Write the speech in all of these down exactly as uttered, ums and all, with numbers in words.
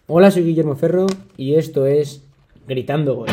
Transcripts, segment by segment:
Hola, soy Guillermo Ferro y esto es Gritando Gol.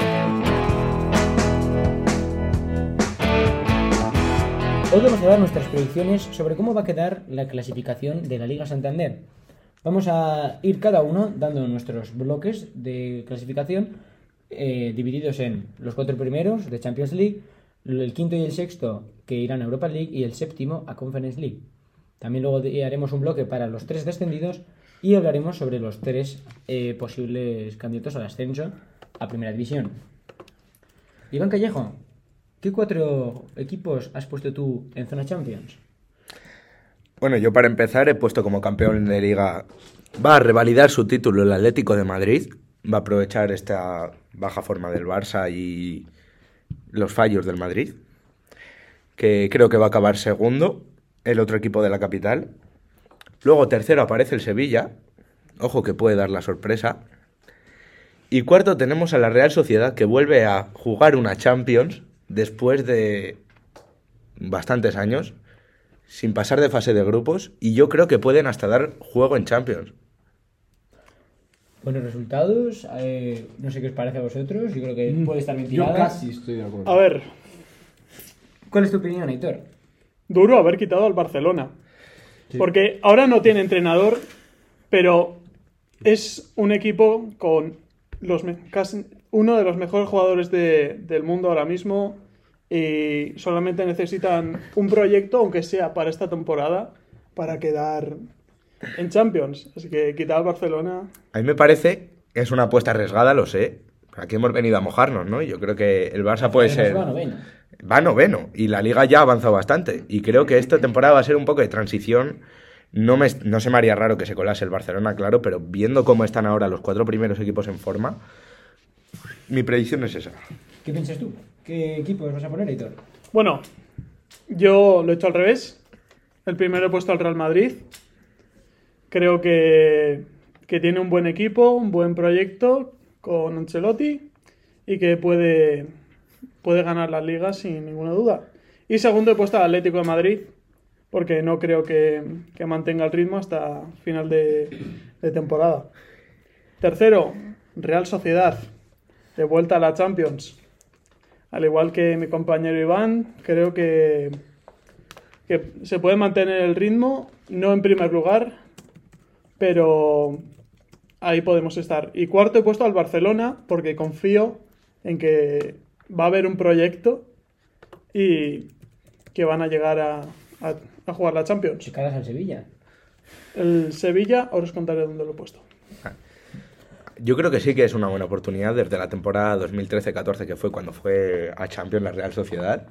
Hoy vamos a dar nuestras predicciones sobre cómo va a quedar la clasificación de la Liga Santander. Vamos a ir cada uno dando nuestros bloques de clasificación eh, divididos en los cuatro primeros de Champions League, el quinto y el sexto que irán a Europa League y el séptimo a Conference League. También luego haremos un bloque para los tres descendidos y hablaremos sobre los tres eh, posibles candidatos al ascenso a Primera División. Iván Callejo, ¿qué cuatro equipos has puesto tú en zona Champions? Bueno, yo para empezar he puesto como campeón de Liga. Va a revalidar su título el Atlético de Madrid. Va a aprovechar esta baja forma del Barça y los fallos del Madrid, que creo que va a acabar segundo, el otro equipo de la capital. Luego tercero aparece el Sevilla, ojo que puede dar la sorpresa. Y cuarto tenemos a la Real Sociedad, que vuelve a jugar una Champions después de bastantes años sin pasar de fase de grupos, y yo creo que pueden hasta dar juego en Champions. Buenos resultados, eh, no sé qué os parece a vosotros, yo creo que Mm, puede estar bien Yo tirada. casi estoy de acuerdo. A ver, ¿Cuál es tu opinión, Aitor? duro haber quitado al Barcelona. Sí. Porque ahora no tiene entrenador, pero es un equipo con los me- casi uno de los mejores jugadores de- del mundo ahora mismo, y solamente necesitan un proyecto, aunque sea para esta temporada, para quedar en Champions. Así que quitar al Barcelona. A mí me parece que es una apuesta arriesgada, lo sé. Aquí hemos venido a mojarnos, ¿no? Yo creo que el Barça puede Además, ser... va noveno. Va noveno, y la Liga ya ha avanzado bastante. Y creo que esta temporada va a ser un poco de transición. No, me, no se me haría raro que se colase el Barcelona, claro, pero viendo cómo están ahora los cuatro primeros equipos en forma, mi predicción es esa. ¿Qué piensas tú? ¿Qué equipos vas a poner, Aitor? Bueno, yo lo he hecho al revés. El primero he puesto al Real Madrid. Creo que, que tiene un buen equipo, un buen proyecto con Ancelotti y que puede, puede ganar las ligas sin ninguna duda. Y segundo he puesto al Atlético de Madrid, porque no creo que, que mantenga el ritmo hasta final de, de temporada. Tercero, Real Sociedad, de vuelta a la Champions. Al igual que mi compañero Iván, creo que, que se puede mantener el ritmo, no en primer lugar, pero ahí podemos estar. Y cuarto he puesto al Barcelona, porque confío en que va a haber un proyecto y que van a llegar a, a, a jugar la Champions. Si caras al Sevilla. El Sevilla, ahora os contaré dónde lo he puesto. Yo creo que sí que es una buena oportunidad desde la temporada dos mil trece catorce, que fue cuando fue a Champions la Real Sociedad.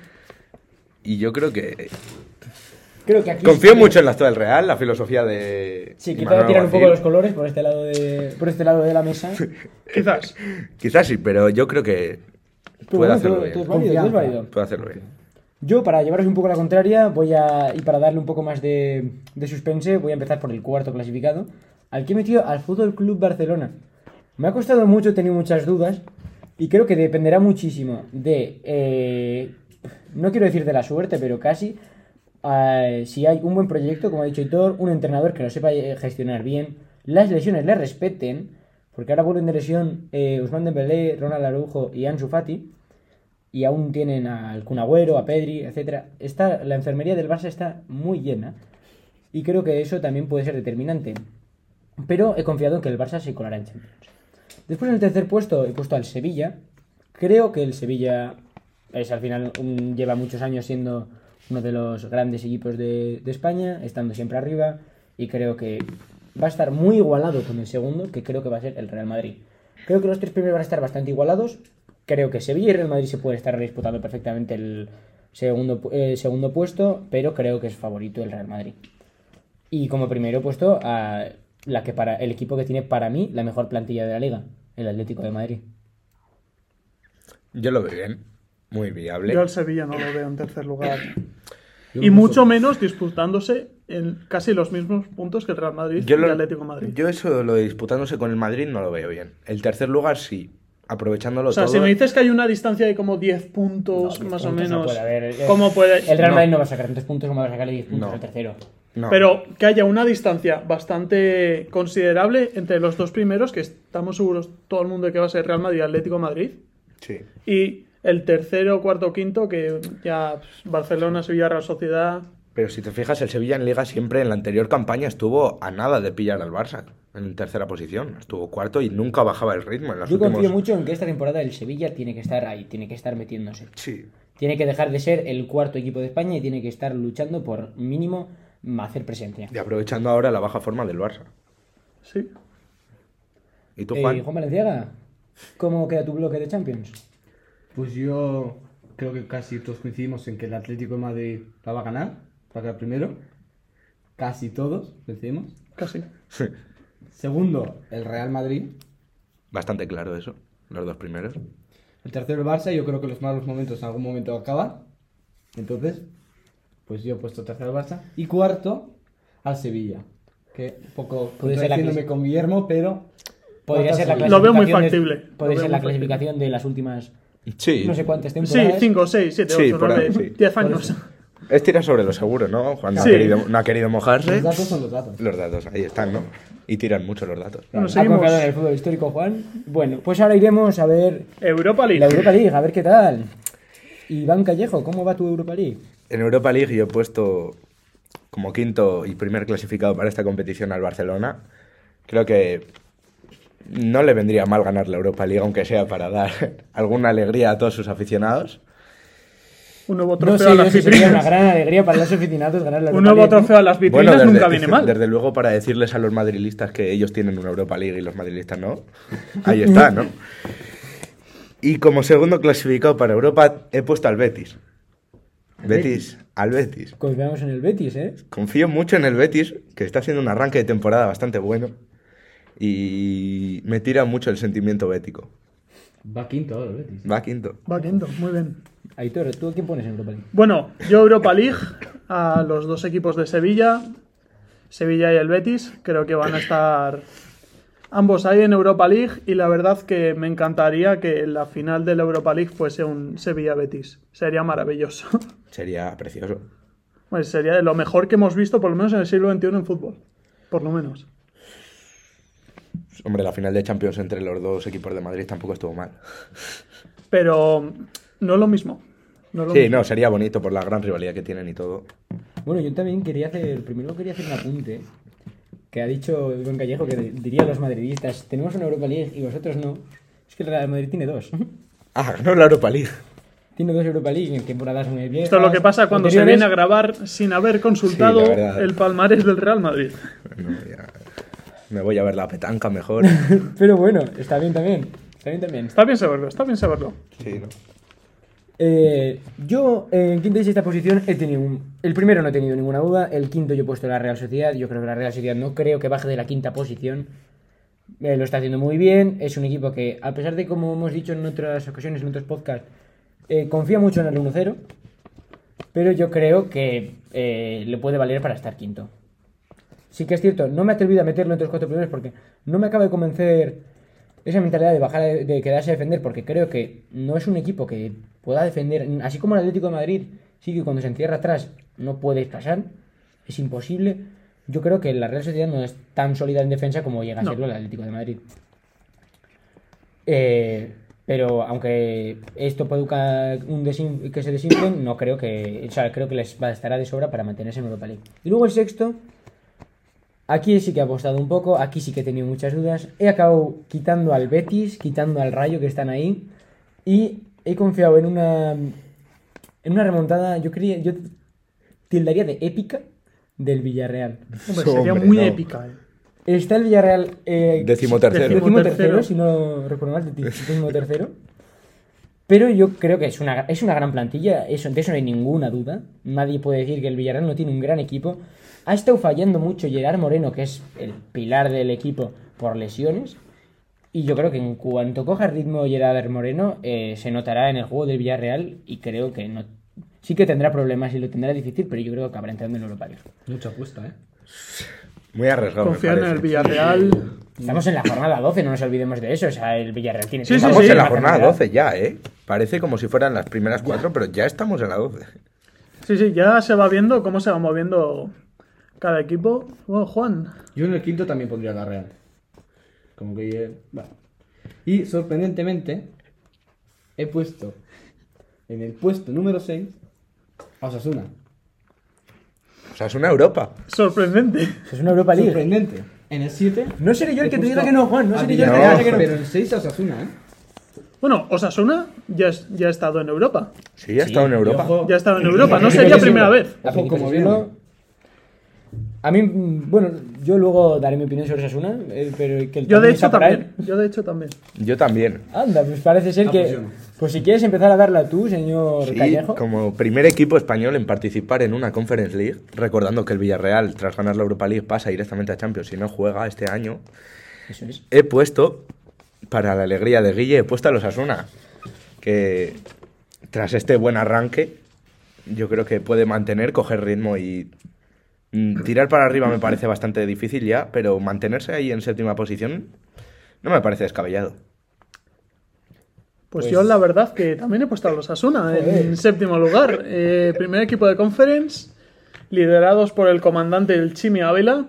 Y yo creo que... Creo que aquí Confío sí- mucho en la actual Real, la filosofía de... Sí, quizá Imanol tirar un poco Alguacil. los colores por este lado de, por este lado de la mesa. Quizás. Quizás sí, pero yo creo que Pero puede bueno, hacerlo tú- bien. tú es válido, tú es válido. Puede hacerlo bien. Yo, para llevaros un poco la contraria, voy a y para darle un poco más de, de suspense, voy a empezar por el cuarto clasificado, al que he metido al Fútbol Club Barcelona. Me ha costado mucho, he tenido muchas dudas, y creo que dependerá muchísimo de, eh, no quiero decir de la suerte, pero casi, eh, si hay un buen proyecto, como ha dicho Hitor, un entrenador que lo sepa eh, gestionar bien, las lesiones le respeten, porque ahora vuelven de lesión eh, Ousmane Dembélé, Ronald Araujo y Ansu Fati, y aún tienen al Kun Agüero, a Pedri, etcétera. Está, la enfermería del Barça está muy llena y creo que eso también puede ser determinante. Pero he confiado en que el Barça se colará en Champions. Después en el tercer puesto he puesto al Sevilla. Creo que el Sevilla es al final un- lleva muchos años siendo uno de los grandes equipos de, de España, estando siempre arriba, y creo que va a estar muy igualado con el segundo, que creo que va a ser el Real Madrid. Creo que los tres primeros van a estar bastante igualados. Creo que Sevilla y Real Madrid se puede estar disputando perfectamente el segundo, pu- eh, segundo puesto, pero creo que es favorito el Real Madrid. Y como primero he puesto a la que para, el equipo que tiene para mí la mejor plantilla de la liga, el Atlético de Madrid. Yo lo veo bien, muy viable. Yo al Sevilla no lo veo en tercer lugar. Yo Y no mucho sé. menos disputándose en casi los mismos puntos que el Real Madrid Yo y lo- el Atlético de Madrid. Yo eso, lo de disputándose con el Madrid, no lo veo bien. El tercer lugar sí, aprovechándolo O sea, todo. si me dices que hay una distancia de como diez puntos, No, diez más puntos o no menos, puede haber. ¿cómo puede...? El Real No. Madrid no va a sacar tantos puntos como va a sacarle diez puntos No. al tercero. No. Pero que haya una distancia bastante considerable entre los dos primeros, que estamos seguros todo el mundo de que va a ser Real Madrid y Atlético de Madrid, Sí. y el tercero, cuarto, quinto, que ya pues, Barcelona, Sevilla, Real Sociedad. Pero si te fijas, el Sevilla en Liga siempre en la anterior campaña estuvo a nada de pillar al Barça, en tercera posición. Estuvo cuarto y nunca bajaba el ritmo en los Yo últimos... confío mucho en que esta temporada el Sevilla tiene que estar ahí, tiene que estar metiéndose. Sí. Tiene que dejar de ser el cuarto equipo de España y tiene que estar luchando por mínimo hacer presencia. Y aprovechando ahora la baja forma del Barça. Sí. ¿Y tú, Eh, Juan? Juan Valenciaga, ¿cómo queda tu bloque de Champions? Pues yo creo que casi todos coincidimos en que el Atlético de Madrid la va a ganar, va a quedar primero. Casi todos coincidimos. Casi. Segundo, el Real Madrid. Bastante claro eso, los dos primeros. El tercero, el Barça. Yo creo que los malos momentos en algún momento acaban. Entonces, pues yo he puesto tercero al Barça. Y cuarto, al Sevilla. Que un poco Puede ser la contradiciéndome clasi- con Guillermo, pero... Podría ser la Sevilla. Lo veo muy clasificación de- factible. Podría Lo ser veo la muy factible. clasificación de las últimas Sí. no sé cuántas Sí, temporadas. cinco, seis, siete, Sí, ocho, por ahí, nueve, sí. diez años. Es tirar sobre lo seguro, ¿no? Juan no, Sí. ha, querido, no ha querido mojarse. Los datos son los datos. Los datos, ahí están, ¿no? Y tiran mucho los datos. Bueno, Ha seguimos. confiado en el fútbol histórico, Juan. Bueno, pues ahora iremos a ver Europa League. la Europa League, a ver qué tal. Iván Callejo, ¿cómo va tu Europa League? En Europa League yo he puesto como quinto y primer clasificado para esta competición al Barcelona. Creo que no le vendría mal ganar la Europa League, aunque sea para dar alguna alegría a todos sus aficionados. Un nuevo No trofeo sé a yo las si sería una vitrinas. gran alegría para los aficionados ganar la Un Europa nuevo League, ¿no? trofeo a las vitrinas desde, nunca viene mal. desde luego para decirles a los madrilistas que ellos tienen una Europa League y los madrilistas no. Ahí está, ¿no? Y como segundo clasificado para Europa he puesto al Betis. Betis, al Betis. Confiamos en el Betis, ¿eh? Confío mucho en el Betis, que está haciendo un arranque de temporada bastante bueno. Y me tira mucho el sentimiento bético. Va quinto ahora, el Betis. Va quinto. Va quinto, muy bien. Aitor, ¿tú a quién pones en Europa League? Bueno, yo Europa League a los dos equipos de Sevilla, Sevilla y el Betis, creo que van a estar ambos ahí en Europa League y la verdad que me encantaría que la final de la Europa League fuese un Sevilla-Betis. Sería maravilloso. Sería precioso. Pues sería de lo mejor que hemos visto, por lo menos en el siglo veintiuno en fútbol. Por lo menos. Hombre, la final de Champions entre los dos equipos de Madrid tampoco estuvo mal. Pero no es lo mismo. No es lo Sí, mismo. no, sería bonito por la gran rivalidad que tienen y todo. Bueno, yo también quería hacer, primero quería hacer un apunte, que ha dicho Iván Callejo, que diría a los madridistas, tenemos una Europa League y vosotros no. Es que el Real Madrid tiene dos. Ah, ganó la Europa League. Tiene dos Europa League en temporadas muy viejas. Esto es lo que pasa cuando se anteriores. viene a grabar sin haber consultado Sí, la verdad. el palmarés del Real Madrid. Bueno, ya me voy a ver la petanca mejor. Pero bueno, está bien también. Está bien también. Está bien saberlo, está bien saberlo. Sí, ¿no? Eh, yo eh, en quinta y sexta posición he tenido un... El primero no he tenido ninguna duda. El quinto yo he puesto la Real Sociedad. Yo creo que la Real Sociedad no creo que baje de la quinta posición. Eh, lo está haciendo muy bien. Es un equipo que, a pesar de, como hemos dicho en otras ocasiones, en otros podcasts, eh, confía mucho en el uno cero. Pero yo creo que eh, le puede valer para estar quinto. Sí que es cierto, no me he atrevido a meterlo entre los cuatro primeros porque no me acaba de convencer esa mentalidad de bajar, de quedarse a defender, porque creo que no es un equipo que pueda defender, así como el Atlético de Madrid, sí que cuando se encierra atrás no puede pasar, es imposible. Yo creo que la Real Sociedad no es tan sólida en defensa como llega a No. serlo el Atlético de Madrid. Eh, pero aunque esto produzca un desin- que se desinflen, no creo que, o sea, creo que les bastará de sobra para mantenerse en Europa League. Y luego el sexto. Aquí sí que he apostado un poco, aquí sí que he tenido muchas dudas. He acabado quitando al Betis, quitando al Rayo que están ahí. Y he confiado en una en una remontada, yo quería, yo tildaría de épica del Villarreal. Hombre, sería Hombre, muy no. épica. eh. Está el Villarreal eh, Decimotercero. decimotercero, Decimotercero. si no recuerdo mal, decimotercero. Pero yo creo que es una, es una gran plantilla, eso, de eso no hay ninguna duda. Nadie puede decir que el Villarreal no tiene un gran equipo. Ha estado fallando mucho Gerard Moreno, que es el pilar del equipo, por lesiones. Y yo creo que en cuanto coja ritmo Gerard Moreno, eh, se notará en el juego del Villarreal. Y creo que no. Sí que tendrá problemas y lo tendrá difícil, pero yo creo que acabará entrando en Europa League. Mucha apuesta, ¿eh? Muy arriesgado. me Confiar en parece. el Villarreal. Estamos en la jornada doce, no nos olvidemos de eso. O sea, el Villarreal tiene... Sí, sí, Estamos sí. en la Una jornada cantidad. doce ya, ¿eh? Parece como si fueran las primeras cuatro, pero ya estamos en la doce. Sí, sí, ya se va viendo cómo se va moviendo cada equipo. Bueno, Juan. Yo en el quinto también pondría la Real. Como que... eh, bueno. Y sorprendentemente, he puesto en el puesto número seis a Osasuna. O sea, es una Europa. Sorprendente. Es una Europa League. Sorprendente. En el siete... No seré yo el he que te diga puesto que no, Juan. No a seré yo el que te Villarreal, diga que no. Pero en el seis a Osasuna, ¿eh? Bueno, Osasuna ya, es- ya ha estado en Europa. Sí, ha estado en Europa. ojo. Ya ha estado en Europa. No sería primera vez. Ojo, como Como viene. A mí, mm, bueno, yo luego daré mi opinión sobre Osasuna, eh, pero que el Yo de también hecho está por ahí. también. Yo de hecho también. Yo también. Anda, pues parece ser Ah, que... pues yo no. Pues si quieres empezar a darla tú, señor Sí, Callejo. como primer equipo español en participar en una Conference League, recordando que el Villarreal, tras ganar la Europa League, pasa directamente a Champions si no juega este año, Eso es. he puesto, para la alegría de Guille, he puesto a los Asuna, que tras este buen arranque, yo creo que puede mantener, coger ritmo y mm, tirar para arriba me parece bastante difícil ya, pero mantenerse ahí en séptima posición no me parece descabellado. Pues, Pues- yo la verdad que también he puesto a los Asuna en Joder. séptimo lugar. Eh, primer equipo de Conference, liderados por el comandante el Chimi Ávila.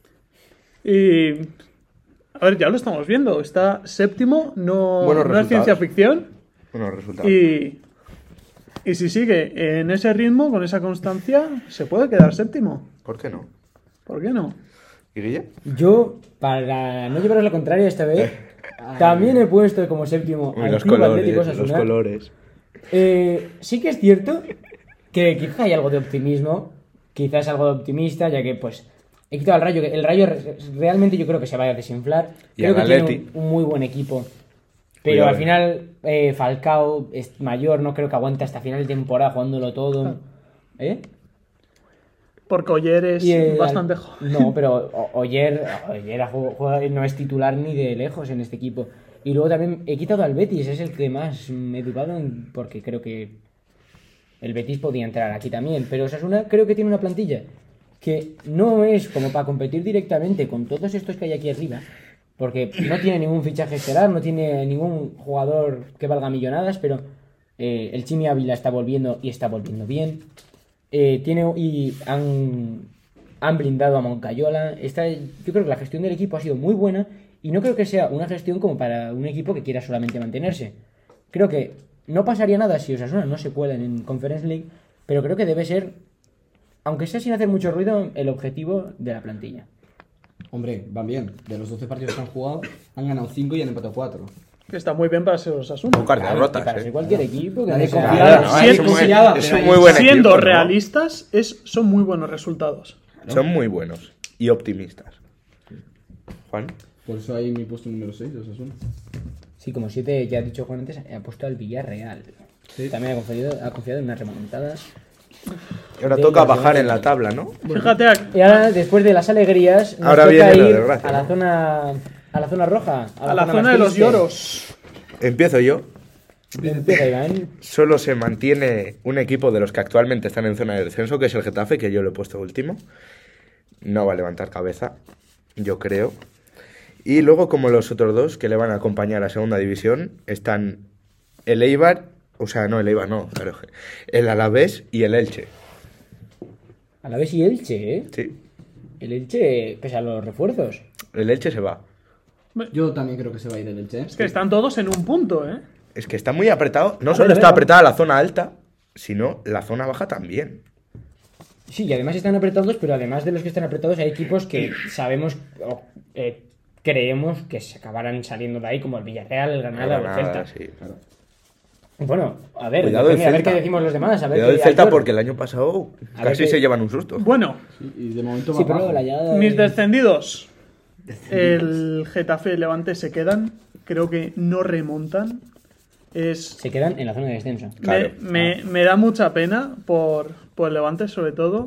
Y... A ver, ya lo estamos viendo. Está séptimo, no, Buenos no es resultados. ciencia ficción. Buenos resultados. Y, y si sigue en ese ritmo, con esa constancia, se puede quedar séptimo. ¿Por qué no? ¿Por qué no? ¿Y Guille? Yo, para no llevaros la contraria esta vez, también he puesto como séptimo Uy, al los Club colores, Atlético los Osasuna. colores. Eh, sí que es cierto que quizá hay algo de optimismo, quizás algo de optimista, ya que pues he quitado al Rayo, que el Rayo re- realmente yo creo que se va a desinflar. Y Creo al que tiene Atleti. un, un muy buen equipo. Pero Cuidado, al eh. final eh, Falcao es mayor, no creo que aguante hasta final de temporada jugándolo todo. ¿Eh? Porque Oyer es Y el- bastante joven. No, pero O- Oyer, Oyer ha jugado- juega- no es titular ni de lejos en este equipo. Y luego también he quitado al Betis, es el que más me he dudado en- porque creo que el Betis podía entrar aquí también. Pero Osasuna creo que tiene una plantilla que no es como para competir directamente con todos estos que hay aquí arriba. Porque no tiene ningún fichaje estelar, no tiene ningún jugador que valga millonadas, pero eh, el Chimi Ávila está volviendo y está volviendo bien. Eh, tiene y han, han blindado a Moncayola. Está, yo creo que la gestión del equipo ha sido muy buena y no creo que sea una gestión como para un equipo que quiera solamente mantenerse. Creo que no pasaría nada si Osasuna no se cuelan en Conference League, pero creo que debe ser, aunque sea sin hacer mucho ruido, el objetivo de la plantilla. Hombre, van bien. De los doce partidos que han jugado, han ganado cinco y han empatado cuatro. Que está muy bien para ser Osasuna. Pocas Claro, derrotas, y para eh. ser cualquier equipo que Nadie no sea- confiaba, Claro, ¿no? no, Sí, es, es un que buen- confiaba, es pero un muy buen Siendo equipo, ¿no? realistas, es, son muy buenos resultados. Son muy buenos y optimistas. Juan. Por eso ahí mi puesto número seis, Osasuna. Sí, como siete, ya ha dicho Juan antes, ha puesto al Villarreal. Sí. También ha confiado, ha confiado en una remontada. Y ahora De toca los bajar de- en la tabla, ¿no? Fíjate, aquí- Y ahora, después de las alegrías, nos Ahora toca viene la ir desgracia, a la ¿no? zona a la zona roja, a la más zona de los triste. lloros. Empiezo yo. Empieza Iván. Solo se mantiene un equipo de los que actualmente están en zona de descenso, que es el Getafe, que yo lo he puesto último. No va a levantar cabeza, yo creo. Y luego, como los otros dos que le van a acompañar a segunda división, están el Eibar, o sea, no, el Eibar no, claro, el Alavés y el Elche. A la vez y Elche, ¿eh? Sí, El Elche, pese a los refuerzos. el Elche se va. Yo también creo que se va a ir el Elche. Es que están todos en un punto, ¿eh? Es que está muy apretado, no A solo ver, a está ver, apretada la zona alta, sino la zona baja también. Sí, y además están apretados, pero además de los que están apretados hay equipos que sabemos o eh, creemos que se acabarán saliendo de ahí, como el Villarreal, el Granada o el Granada, Celta. sí. Bueno, a ver, Cuidado el depende, a ver Celta. qué decimos los demás. A ver Cuidado qué el Celta Aitor- porque el año pasado A ver casi qué- se llevan un susto. Bueno, Sí, y de momento va Sí, pero abajo. la llegada de- mis descendidos. El Getafe y el Levante se quedan. Creo que no remontan. Es se quedan en la zona de descenso. Claro. Me, me- me da mucha pena por, por el Levante, sobre todo.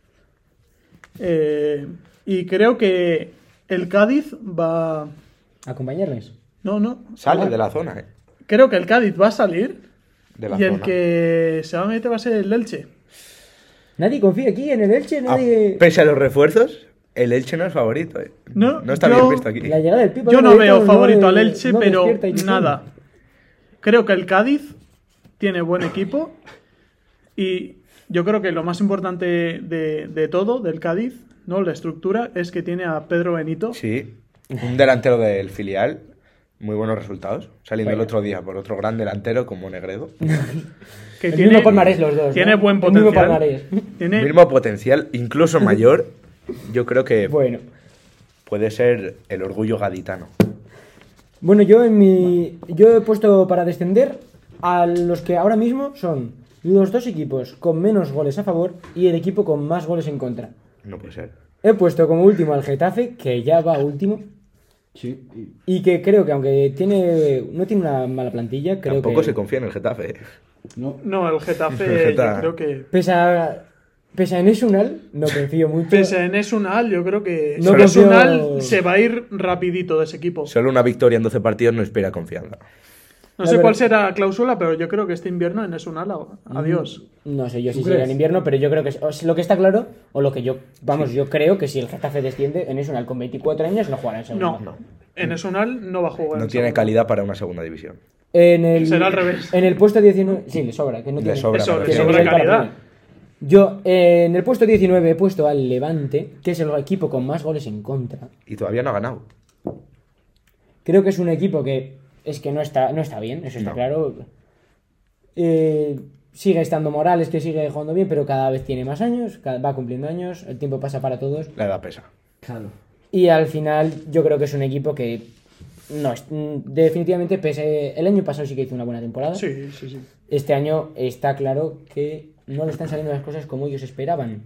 Eh, y creo que el Cádiz va... ¿Acompañarles? No, no. Sale de la zona, eh. Creo que el Cádiz va a salir. De la Y el zona. que se va a meter va a ser el Elche. Nadie confía aquí en el Elche, Ah, nadie... pese a los refuerzos, el Elche no es favorito, eh. No, está yo- bien visto aquí. La llegada del Pipo Yo no Benedetto veo favorito no, al eh, Elche, no pero despierta ilusión. nada. Creo que el Cádiz tiene buen equipo. Y yo creo que lo más importante de, de todo, del Cádiz, ¿no? La estructura es que tiene a Pedro Benito. Sí, un delantero del filial, muy buenos resultados. Saliendo el otro día por otro gran delantero como Negredo. Que El tiene, mismo palmarés los dos, Tiene ¿no? buen El mismo potencial. palmarés. Tiene, Mismo potencial, incluso mayor. Yo creo que Bueno. puede ser el orgullo gaditano. Bueno, yo en mi. Yo he puesto para descender a los que ahora mismo son los dos equipos con menos goles a favor y el equipo con más goles en contra. No puede ser. He puesto como último al Getafe, que ya va último, Sí. y- y que creo que aunque tiene no tiene una mala plantilla, creo Tampoco que se confía en el Getafe. ¿eh? No. no, el Getafe El Getafe. yo creo que... pese a pese a Enes Unal, no confío mucho. Pese a Enes Unal, yo creo que No Enes confío- Unal se va a ir rapidito de ese equipo. Solo una victoria en doce partidos no inspira confianza. No La sé verdad- cuál será la cláusula, pero yo creo que este invierno Enes Unal, a- adiós. No sé yo si ¿Tú será crees? en invierno, pero yo creo que o sea, lo que está claro, o lo que yo, vamos, yo creo que si el Getafe desciende, Enes Unal con veinticuatro años no jugará en segunda. No, Enes Unal no va a jugar. No en tiene segunda. calidad para una segunda división. En el, Será al revés. En el puesto diecinueve, sí, le sobra, que no Le tiene, sobra, Eso, pero le tiene sobra nivel para calidad. poner. Yo, eh, en el puesto diecinueve he puesto al Levante, que es el equipo con más goles en contra. Y todavía no ha ganado. Creo que es un equipo que es que no está, no está bien, eso está No. claro. Eh, sigue estando Morales, que sigue jugando bien, pero cada vez tiene más años, cada- va cumpliendo años, el tiempo pasa para todos. La edad pesa. Claro. Y al final yo creo que es un equipo que no es, mm, definitivamente pese el año pasado sí que hizo una buena temporada. Sí, sí, sí. Este año está claro que no le están saliendo las cosas como ellos esperaban.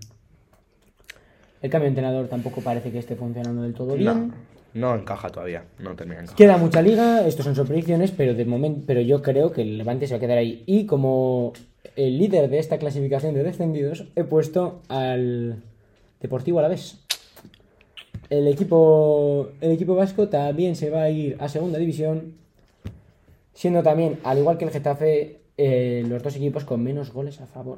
El cambio de entrenador tampoco parece que esté funcionando del todo bien. No, no encaja todavía. No termina de encajar. Queda mucha liga, estos son predicciones, pero de momento, pero yo creo que el Levante se va a quedar ahí. Y como el líder de esta clasificación de descendidos, he puesto al Deportivo Alavés. El equipo, el equipo vasco también se va a ir a segunda división, siendo también, al igual que el Getafe, eh, los dos equipos con menos goles a favor.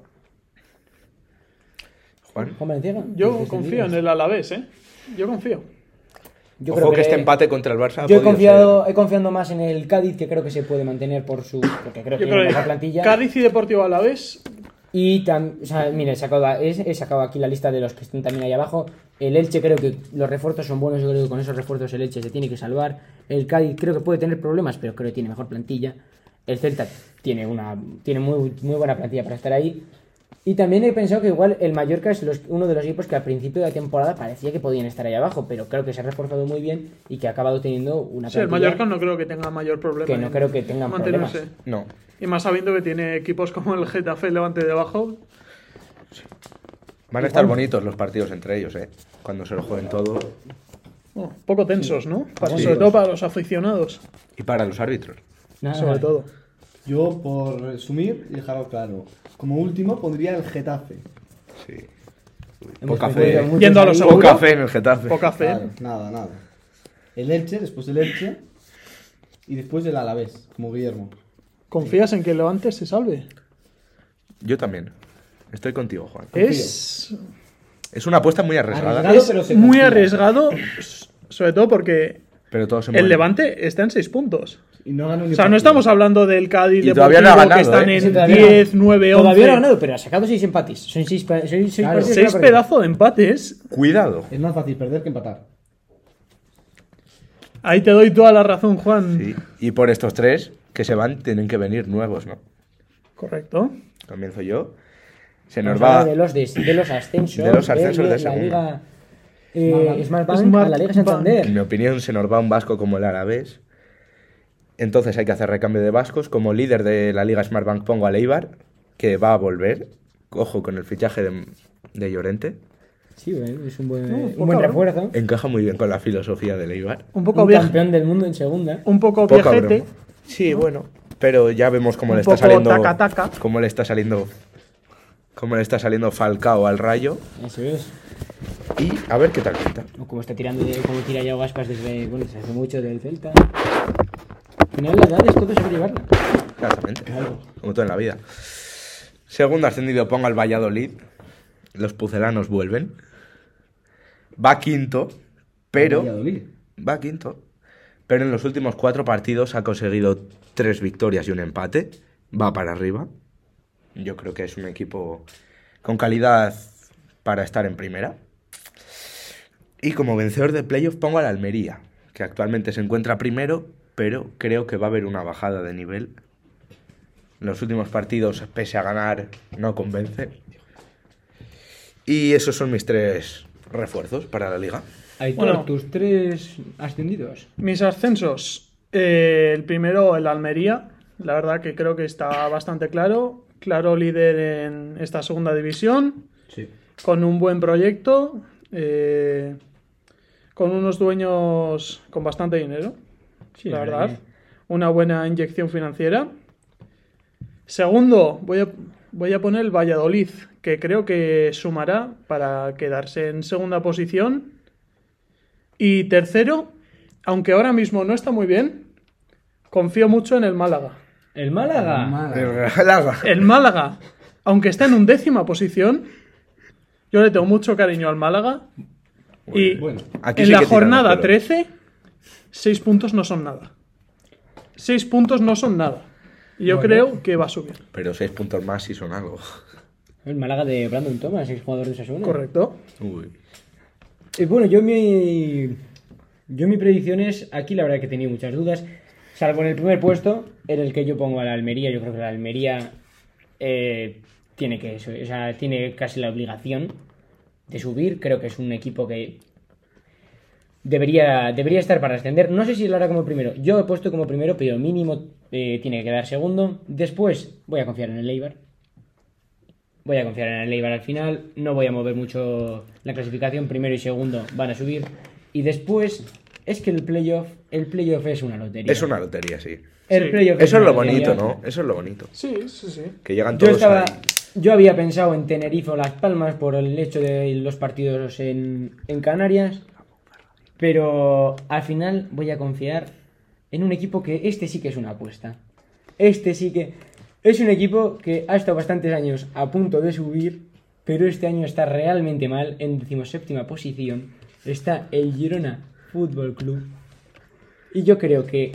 Juan. Juan Valenciaga. Yo ¿los confío descendidos? en el Alavés, ¿eh? Yo confío. Yo Ojo que, este empate contra el Barça ha Yo he podido confiado, ser- he confiado más en el Cádiz, que creo que se puede mantener por su. Porque creo que Yo tiene creo mejor que plantilla. Cádiz y Deportivo Alavés. Y también, o sea, mire, he sacado, he, he sacado aquí la lista de los que están también ahí abajo. El Elche, creo que los refuerzos son buenos. Yo creo que con esos refuerzos el Elche se tiene que salvar. El Cádiz creo que puede tener problemas, pero creo que tiene mejor plantilla. El Celta tiene una tiene muy, muy buena plantilla para estar ahí. Y también he pensado que igual el Mallorca es los- uno de los equipos que al principio de la temporada parecía que podían estar ahí abajo, pero creo que se ha reforzado muy bien y que ha acabado teniendo una Sí, el plantilla Mallorca no creo que tenga mayor problema. que no en creo que tengan mantenerse. problemas. No. Y más sabiendo que tiene equipos como el Getafe, el Levante debajo. Van a estar bonitos los partidos entre ellos, ¿eh? Cuando se lo jueguen todo. Bueno, poco tensos, ¿no? Para- Sí. sobre todo para los aficionados. Y para los árbitros. Nada, Sobre todo. Yo, por resumir y dejarlo claro, como último pondría el Getafe. Sí. Hemos Poca coincidido fe. muchos Yendo a lo ahí. seguro. Poca fe en el Getafe. Poca fe. Claro, nada, nada. El Elche, después el Elche. Y después el Alavés, como Guillermo. ¿Confías en que el Levante se salve? Yo también. Estoy contigo, Juan. Es Es una apuesta muy arriesgada. Arriesgado, es pero se muy confía. arriesgado, sobre todo porque Pero todo se el mueve. Levante está en seis puntos. Y no ganó ni O sea, no partido. estamos hablando del Cádiz Y Deportivo, todavía no ha ganado, que están ¿eh? Sí, en todavía diez, no. nueve, once. Todavía no ha ganado, pero ha sacado seis empates. Son seis, pa- son seis Claro. partidos que Seis no ha perdido. pedazos de empates. Cuidado. Es más fácil perder que empatar. Ahí te doy toda la razón, Juan. Sí. Y por estos tres que se van, tienen que venir nuevos, ¿no? Correcto. Comienzo yo. Se nos Vamos a va. hablar de los, des- de los ascensos. De los ascensos de la segunda. Liga eh, Smart Smart Bank. Bank a la Liga Santander. En mi opinión, se nos va un vasco como el Alavés. Entonces hay que hacer recambio de vascos. Como líder de la Liga Smartbank pongo a Leibar, que va a volver. Ojo con el fichaje de, de Llorente. Sí, bueno, es un buen, No, un poca buen broma. refuerzo. Encaja muy bien con la filosofía de Leibar. Un poco Un viaje. campeón del mundo en segunda. Un poco Poca viajete. broma. Sí, bueno. Pero ya vemos cómo Un le está poco saliendo. taca-taca. Cómo le está saliendo. Cómo le está saliendo Falcao al Rayo. Eso es. Y a ver qué tal pinta. O como está tirando, de, como tira ya Gaspas desde, bueno, desde hace mucho del Celta. Al final la edad es todo sobre llevarla. Exactamente. Como todo en la vida. Segundo ascendido pongo al Valladolid. Los pucelanos vuelven. Va quinto, pero. Valladolid. Va quinto. Pero en los últimos cuatro partidos ha conseguido tres victorias y un empate. Va para arriba. Yo creo que es un equipo con calidad para estar en primera. Y como vencedor de playoff pongo al Almería, que actualmente se encuentra primero, pero creo que va a haber una bajada de nivel. En los últimos partidos, pese a ganar, no convence. Y esos son mis tres refuerzos para la liga. Aitor, Bueno. tus tres ascendidos. Mis ascensos. Eh, el primero, el Almería. La verdad que creo que está bastante claro. Claro líder en esta segunda división. Sí. Con un buen proyecto. eh, con unos dueños con bastante dinero. Sí, la la verdad. verdad Una buena inyección financiera. Segundo, voy a, voy a poner el Valladolid, que creo que sumará para quedarse en segunda posición. Y tercero, aunque ahora mismo no está muy bien, confío mucho en el Málaga. El Málaga. Málaga. El Málaga. El Málaga, aunque está en undécima posición, yo le tengo mucho cariño al Málaga. Y Bueno, aquí en sí la que tiran jornada los pelos. trece, seis puntos no son nada. Seis puntos no son nada. Y yo Bueno. creo que va a subir. Pero seis puntos más sí son algo. El Málaga de Brandon Thomas, exjugador de Osasuna. Correcto. Uy. Eh, bueno, yo mi. Yo mi predicción es. Aquí la verdad que tenía muchas dudas. Salvo en el primer puesto, en el que yo pongo a la Almería. Yo creo que la Almería eh, tiene que. O sea, tiene casi la obligación de subir. Creo que es un equipo que. Debería, debería estar para ascender. No sé si lo hará como primero. Yo he puesto como primero, pero mínimo eh, tiene que quedar segundo. Después voy a confiar en el Eibar. Voy a confiar en el Eibar al final. No voy a mover mucho la clasificación. Primero y segundo van a subir. Y después es que el playoff, el playoff es una lotería. Es una lotería, sí. El Sí. playoff Eso es una lo bonito, lotería. ¿no? Eso es lo bonito. Sí, sí, sí. Que llegan Yo todos estaba, ahí. yo había pensado en Tenerife o Las Palmas por el hecho de los partidos en, en Canarias. Pero al final voy a confiar en un equipo que este sí que es una apuesta. Este sí que es un equipo que ha estado bastantes años a punto de subir, pero este año está realmente mal. En decimoséptima posición está el Girona Fútbol Club. Y yo creo que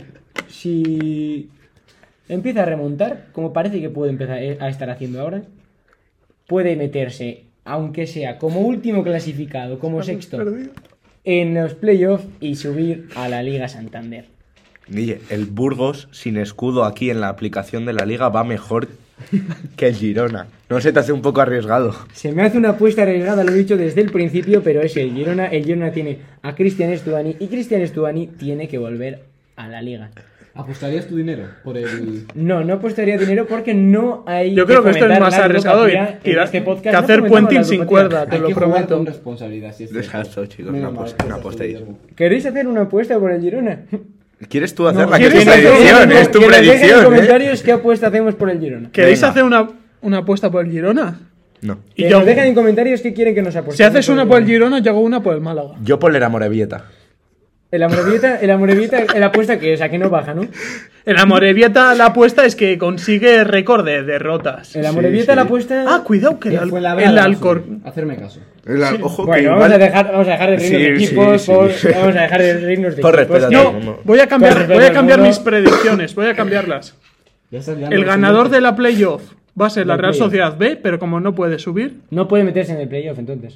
si empieza a remontar, como parece que puede empezar a estar haciendo ahora, puede meterse, aunque sea como último clasificado, como sexto, en los playoffs y subir a la Liga Santander. Guille, el Burgos sin escudo aquí en la aplicación de la liga va mejor que el Girona. ¿No se te hace un poco arriesgado? Se me hace una apuesta arriesgada, lo he dicho desde el principio, pero es el Girona. El Girona tiene a Cristian Estuani y Cristian Estuani tiene que volver a la Liga. ¿apostarías tu dinero por el...? No, no apostaría dinero porque no hay. Yo creo que esto es fomentar más la arriesgado que, ludopatía en tirar- este podcast. que No hacer fomentamos puenting la sin ludopatía. cuerda, te Hay lo que jugar prometo. con responsabilidad, si es cierto. Exacto, chicos, Menos no mal, apos- no gracias, apostéis. Guillermo. ¿Queréis hacer una apuesta por el Girona? ¿Quieres tú hacerla? que es ¿quieres tu hacer- predicción, Que es tu nos dejen en predicción, ¿eh? comentarios qué apuesta hacemos por el Girona. ¿Queréis Venga. hacer una, una apuesta por el Girona? No. Y Que yo, nos dejen en comentarios qué quieren que nos apostemos. si haces una por el Girona, yo hago una por el Málaga. Yo por la Morevieta. El Amorebieta, el Amorebieta, el apuesta que es a que no baja, ¿no? En la Morevieta la apuesta es que consigue récord de derrotas. El Amorebieta sí. la apuesta. Ah, cuidado, que el, Que fue Al- la el verdad, Alcor... Hacerme caso. La- Ojo que Bueno, igual- vamos a dejar, vamos a dejar de reírnos Sí, de sí, equipos, sí. por- vamos a dejar de reírnos de Por equipos. respeto a que- todo el No, mundo. voy a cambiar, Por voy a respeto cambiar al mis mundo. predicciones, voy a cambiarlas. Ya estás liando El los ganador siguientes. de la playoff va a ser la Del Real playoff. Sociedad B, pero como no puede subir, No puede meterse en el playoff entonces.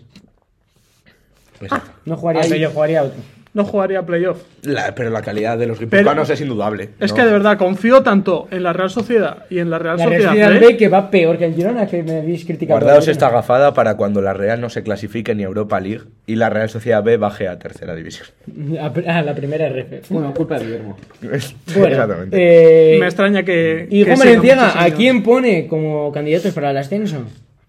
Exacto. No jugaría Ahí. al playoff, jugaría a otro. no jugaría playoff. La- pero la calidad de los guipuzcoanos es indudable. Es ¿no? que de verdad confío tanto en la Real Sociedad y en la Real La Sociedad Sociedad B. B que va peor que el Girona, que me habéis criticado. Guardaos por el esta Girona. gafada para cuando la Real no se clasifique ni a Europa League y la Real Sociedad B baje a tercera división. Ah, la primera R F. Bueno, culpa de Guillermo. Bueno, Exactamente. eh, Me extraña que. y que Juan siga Valenciaga, muchos ¿a años. quién pone como candidatos para el ascenso?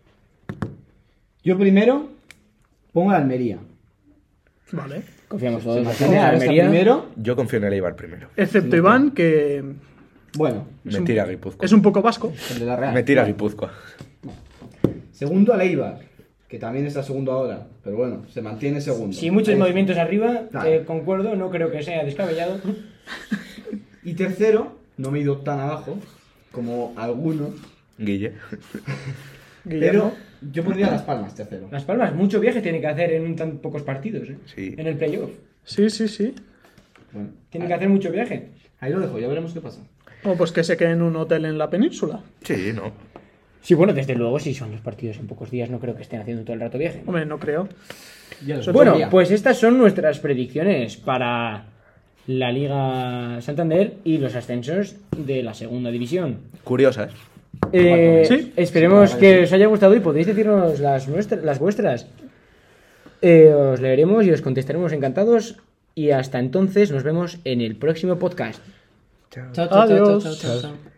Yo primero pongo a la Almería. Vale. Confiamos todos Vamos bastante en a ver, Almería. primero. Yo confío en el Eibar primero. Excepto Iván, que Bueno, Me tira a Guipúzcoa. es un poco vasco. el de la Real. Me tira a Guipúzcoa. Segundo al Eibar, que también está segundo ahora. Pero bueno, se mantiene segundo. Si muchos Ahí- movimientos arriba, Claro. eh, concuerdo, no creo que sea descabellado. Y tercero, no me he ido tan abajo como algunos. Guille. Guillermo. Pero yo pondría Las Palmas tercero. Las Palmas, mucho viaje tiene que hacer en tan pocos partidos, ¿eh? Sí. En el playoff. Sí, sí, sí. Bueno, Tiene que hacer mucho viaje. ahí lo dejo, ya veremos qué pasa. O pues que se quede en un hotel en la península. Sí, no. Sí, bueno, desde luego, si son los partidos en pocos días, no creo que estén haciendo todo el rato viaje. Hombre, no creo. Ya lo Bueno, sabía. pues estas son nuestras predicciones para la Liga Santander y los ascensos de la segunda división. Curiosas. Eh, Sí. Esperemos Sí, que os haya gustado y podéis decirnos las, nuestras, las vuestras. Eh, os leeremos y os contestaremos encantados. Y hasta entonces nos vemos en el próximo podcast. Chao, chao, chao, Adiós. chao, chao, chao.